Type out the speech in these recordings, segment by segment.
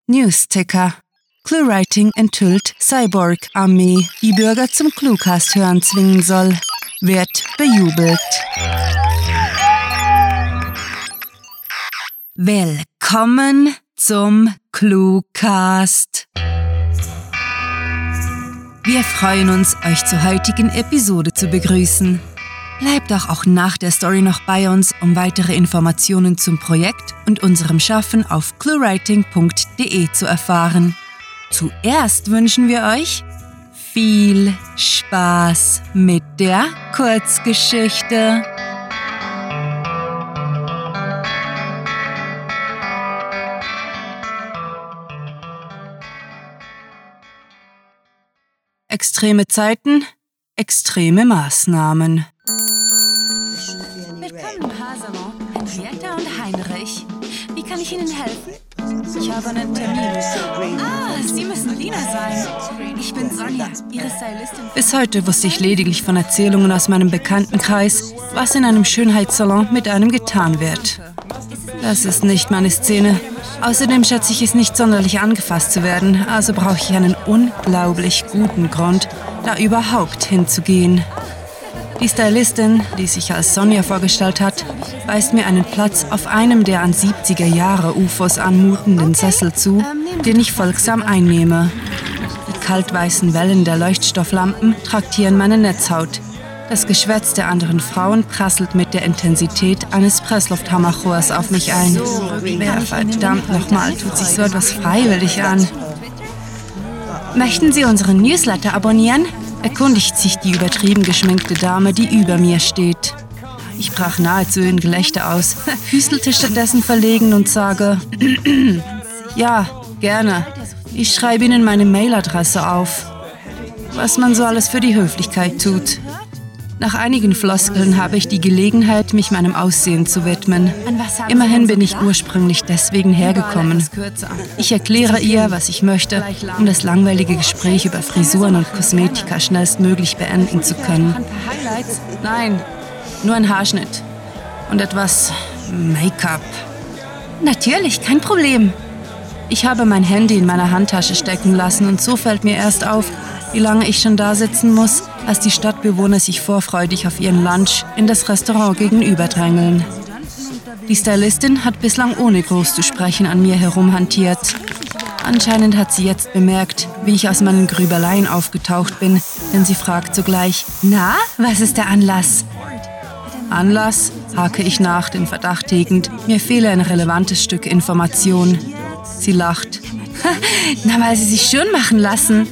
Newsticker. ClueWriting enthüllt Cyborg-Armee, die Bürger zum Cluecast hören zwingen soll. Wird bejubelt. Willkommen zum Cluecast. Wir freuen uns, euch zur heutigen Episode zu begrüßen. Bleibt doch auch nach der Story noch bei uns, um weitere Informationen zum Projekt und unserem Schaffen auf cluewriting.de zu erfahren. Zuerst wünschen wir euch viel Spaß mit der Kurzgeschichte. Extreme Zeiten, extreme Maßnahmen. Willkommen im Haarsalon, Henrietta und Heinrich. Wie kann ich Ihnen helfen? Ich habe einen Termin. Sie müssen Lina sein. Ich bin Sonja, Ihre Stylistin. Bis heute wusste ich lediglich von Erzählungen aus meinem Bekanntenkreis, was in einem Schönheitssalon mit einem getan wird. Das ist nicht meine Szene. Außerdem schätze ich es nicht sonderlich angefasst zu werden, also brauche ich einen unglaublich guten Grund, da überhaupt hinzugehen. Die Stylistin, die sich als Sonja vorgestellt hat, weist mir einen Platz auf einem der an 70er-Jahre-UFOs anmutenden Sessel zu, den ich folgsam einnehme. Die kaltweißen Wellen der Leuchtstofflampen traktieren meine Netzhaut. Das Geschwätz der anderen Frauen prasselt mit der Intensität eines Presslufthammerchors auf mich ein. Wer verdammt nochmal tut sich so etwas freiwillig an? Möchten Sie unseren Newsletter abonnieren? Erkundigt sich die übertrieben geschminkte Dame, die über mir steht. Ich brach nahezu in Gelächter aus, hüstelte stattdessen verlegen und sage, ja, gerne. Ich schreibe Ihnen meine Mailadresse auf. Was man so alles für die Höflichkeit tut. Nach einigen Floskeln habe ich die Gelegenheit, mich meinem Aussehen zu widmen. Immerhin bin ich ursprünglich deswegen hergekommen. Ich erkläre ihr, was ich möchte, um das langweilige Gespräch über Frisuren und Kosmetika schnellstmöglich beenden zu können. Nein, nur ein Haarschnitt und etwas Make-up. Natürlich, kein Problem. Ich habe mein Handy in meiner Handtasche stecken lassen und so fällt mir erst auf, wie lange ich schon da sitzen muss, als die Stadtbewohner sich vorfreudig auf ihren Lunch in das Restaurant gegenüber drängeln. Die Stylistin hat bislang ohne groß zu sprechen an mir herumhantiert. Anscheinend hat sie jetzt bemerkt, wie ich aus meinen Grübeleien aufgetaucht bin, denn sie fragt sogleich, na, was ist der Anlass? Anlass, hake ich nach, den Verdacht hegend, mir fehle ein relevantes Stück Information. Sie lacht. Na, weil sie sich schön machen lassen.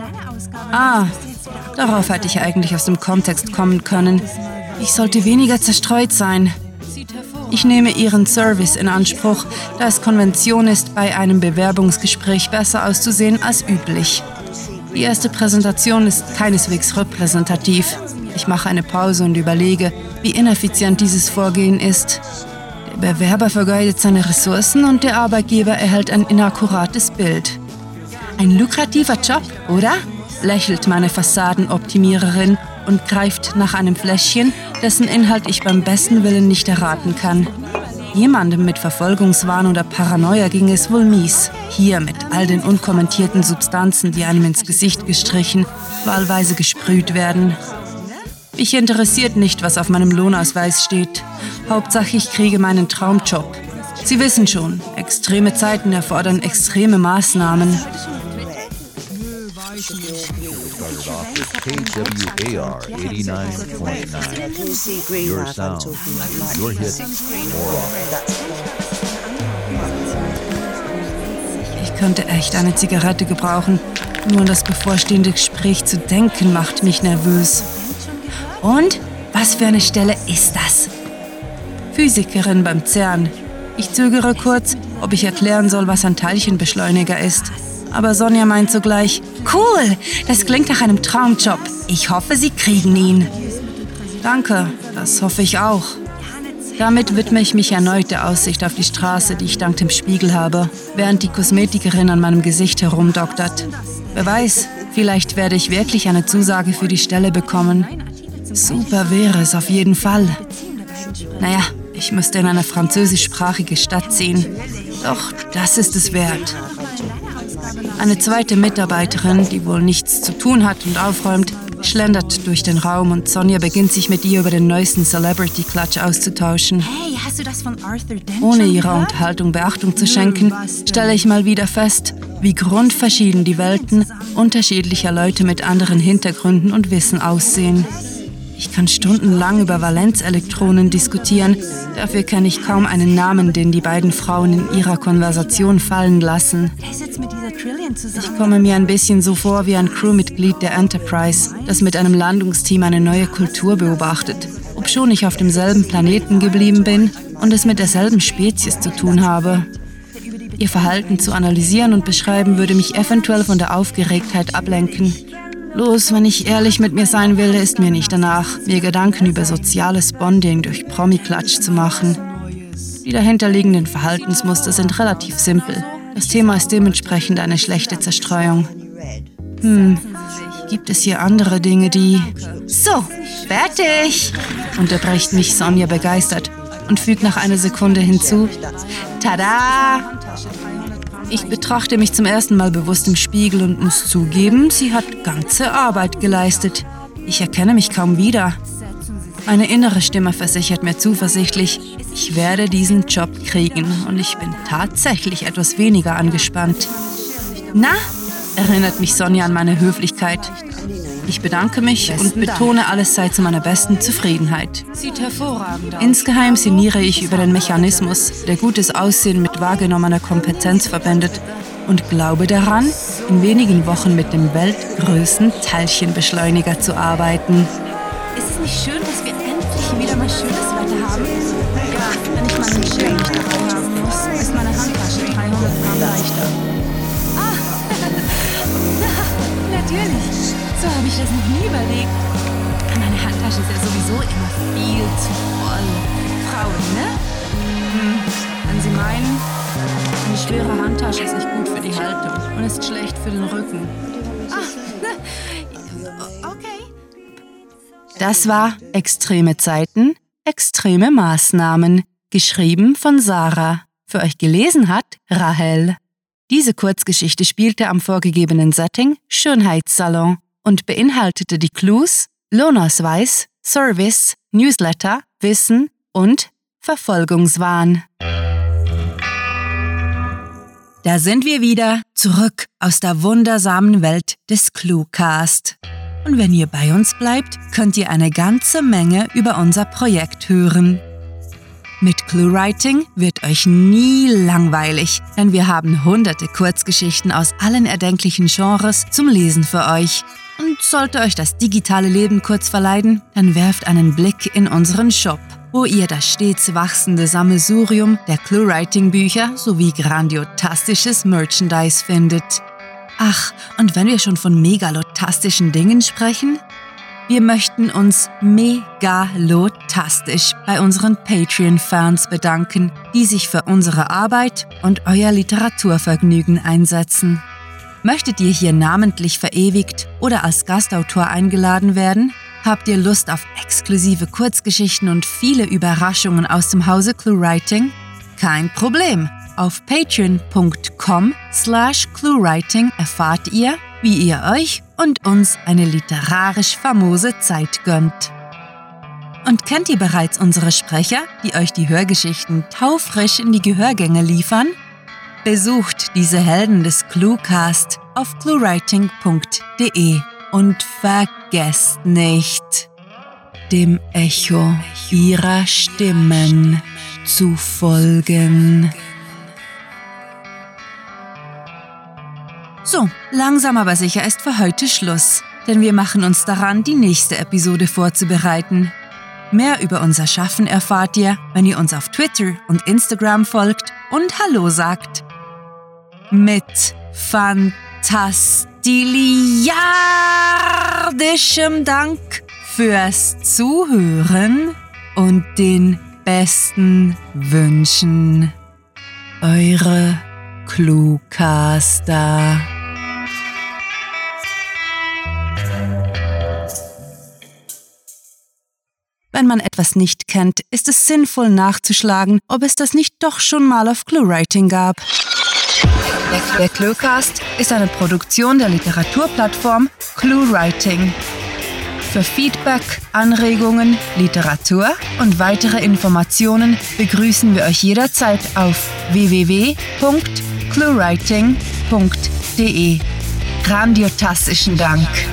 Darauf hätte ich eigentlich aus dem Kontext kommen können. Ich sollte weniger zerstreut sein. Ich nehme Ihren Service in Anspruch, da es Konvention ist, bei einem Bewerbungsgespräch besser auszusehen als üblich. Die erste Präsentation ist keineswegs repräsentativ. Ich mache eine Pause und überlege, wie ineffizient dieses Vorgehen ist. Der Bewerber vergeudet seine Ressourcen und der Arbeitgeber erhält ein inakkurates Bild. Ein lukrativer Job, oder? Lächelt meine Fassadenoptimiererin und greift nach einem Fläschchen, dessen Inhalt ich beim besten Willen nicht erraten kann. Jemandem mit Verfolgungswahn oder Paranoia ging es wohl mies. Hier mit all den unkommentierten Substanzen, die einem ins Gesicht gestrichen, wahlweise gesprüht werden. Mich interessiert nicht, was auf meinem Lohnausweis steht. Hauptsache, ich kriege meinen Traumjob. Sie wissen schon, extreme Zeiten erfordern extreme Maßnahmen. KWAR 89.9. Your sound, your hit, more. Ich könnte echt eine Zigarette gebrauchen. Nur an das bevorstehende Gespräch zu denken macht mich nervös. Und? Was für eine Stelle ist das? Physikerin beim CERN. Ich zögere kurz, ob ich erklären soll, was ein Teilchenbeschleuniger ist. Aber Sonja meint sogleich, cool, das klingt nach einem Traumjob. Ich hoffe, Sie kriegen ihn. Danke, das hoffe ich auch. Damit widme ich mich erneut der Aussicht auf die Straße, die ich dank dem Spiegel habe, während die Kosmetikerin an meinem Gesicht herumdoktert. Wer weiß, vielleicht werde ich wirklich eine Zusage für die Stelle bekommen. Super wäre es auf jeden Fall. Naja, ich müsste in eine französischsprachige Stadt ziehen. Doch das ist es wert. Eine zweite Mitarbeiterin, die wohl nichts zu tun hat und aufräumt, schlendert durch den Raum und Sonja beginnt sich mit ihr über den neuesten Celebrity-Klatsch auszutauschen. Hey, hast du das von Arthur Dent Ohne ihrer Unterhaltung Beachtung zu schenken, stelle ich mal wieder fest, wie grundverschieden die Welten unterschiedlicher Leute mit anderen Hintergründen und Wissen aussehen. Ich kann stundenlang über Valenzelektronen diskutieren, dafür kenne ich kaum einen Namen, den die beiden Frauen in ihrer Konversation fallen lassen. Ich komme mir ein bisschen so vor wie ein Crewmitglied der Enterprise, das mit einem Landungsteam eine neue Kultur beobachtet, obschon ich auf demselben Planeten geblieben bin und es mit derselben Spezies zu tun habe. Ihr Verhalten zu analysieren und beschreiben würde mich eventuell von der Aufgeregtheit ablenken. Bloß, wenn ich ehrlich mit mir sein will, ist mir nicht danach, mir Gedanken über soziales Bonding durch Promi-Klatsch zu machen. Die dahinterliegenden Verhaltensmuster sind relativ simpel. Das Thema ist dementsprechend eine schlechte Zerstreuung. Gibt es hier andere Dinge, die... So, fertig! Unterbricht mich Sonja begeistert und fügt nach einer Sekunde hinzu. Tada! Ich betrachte mich zum ersten Mal bewusst im Spiegel und muss zugeben, sie hat ganze Arbeit geleistet. Ich erkenne mich kaum wieder. Eine innere Stimme versichert mir zuversichtlich, ich werde diesen Job kriegen und ich bin tatsächlich etwas weniger angespannt. Na? Erinnert mich Sonja an meine Höflichkeit. Ich bedanke mich und betone, alles sei zu meiner besten Zufriedenheit. Sieht hervorragend aus. Insgeheim sinniere ich über den Mechanismus, der gutes Aussehen mit wahrgenommener Kompetenz verbindet und glaube daran, in wenigen Wochen mit dem weltgrößten Teilchenbeschleuniger zu arbeiten. Ist es nicht schön, dass wir endlich wieder mal schönes Wetter haben? Ja, wenn ich meinen Schirm nicht dabei haben muss, ist meine Handtasche 300 Gramm leichter. Natürlich. So habe ich das noch nie überlegt. Meine Handtasche ist ja sowieso immer viel zu voll. Frauen, ne? Wenn Sie meinen, eine schwere Handtasche ist nicht gut für die Haltung und ist schlecht für den Rücken. Okay. Das war Extreme Zeiten, extreme Maßnahmen, geschrieben von Sarah. Für euch gelesen hat Rahel. Diese Kurzgeschichte spielte am vorgegebenen Setting Schönheitssalon und beinhaltete die Clues Lohnausweis, Service, Newsletter, Wissen und Verfolgungswahn. Da sind wir wieder, zurück aus der wundersamen Welt des Cluecast. Und wenn ihr bei uns bleibt, könnt ihr eine ganze Menge über unser Projekt hören. Mit ClueWriting wird euch nie langweilig, denn wir haben hunderte Kurzgeschichten aus allen erdenklichen Genres zum Lesen für euch. Und sollte euch das digitale Leben kurz verleiden, dann werft einen Blick in unseren Shop, wo ihr das stets wachsende Sammelsurium der ClueWriting-Bücher sowie grandiotastisches Merchandise findet. Ach, und wenn wir schon von megalotastischen Dingen sprechen, wir möchten uns megalotastisch bei unseren Patreon-Fans bedanken, die sich für unsere Arbeit und euer Literaturvergnügen einsetzen. Möchtet ihr hier namentlich verewigt oder als Gastautor eingeladen werden? Habt ihr Lust auf exklusive Kurzgeschichten und viele Überraschungen aus dem Hause ClueWriting? Kein Problem! Auf patreon.com/ClueWriting erfahrt ihr, wie ihr euch und uns eine literarisch famose Zeit gönnt. Und kennt ihr bereits unsere Sprecher, die euch die Hörgeschichten taufrisch in die Gehörgänge liefern? Besucht diese Helden des Cluecast auf cluewriting.de und vergesst nicht, dem Echo ihrer Stimmen zu folgen. So, langsam aber sicher ist für heute Schluss, denn wir machen uns daran, die nächste Episode vorzubereiten. Mehr über unser Schaffen erfahrt ihr, wenn ihr uns auf Twitter und Instagram folgt und Hallo sagt. Mit fantastiliardischem Dank fürs Zuhören und den besten Wünschen. Eure Cluecaster. Wenn man etwas nicht kennt, ist es sinnvoll nachzuschlagen, ob es das nicht doch schon mal auf ClueWriting gab. Der Cluecast ist eine Produktion der Literaturplattform ClueWriting. Für Feedback, Anregungen, Literatur und weitere Informationen begrüßen wir euch jederzeit auf www.cluewriting.de. Grandiotastischen Dank.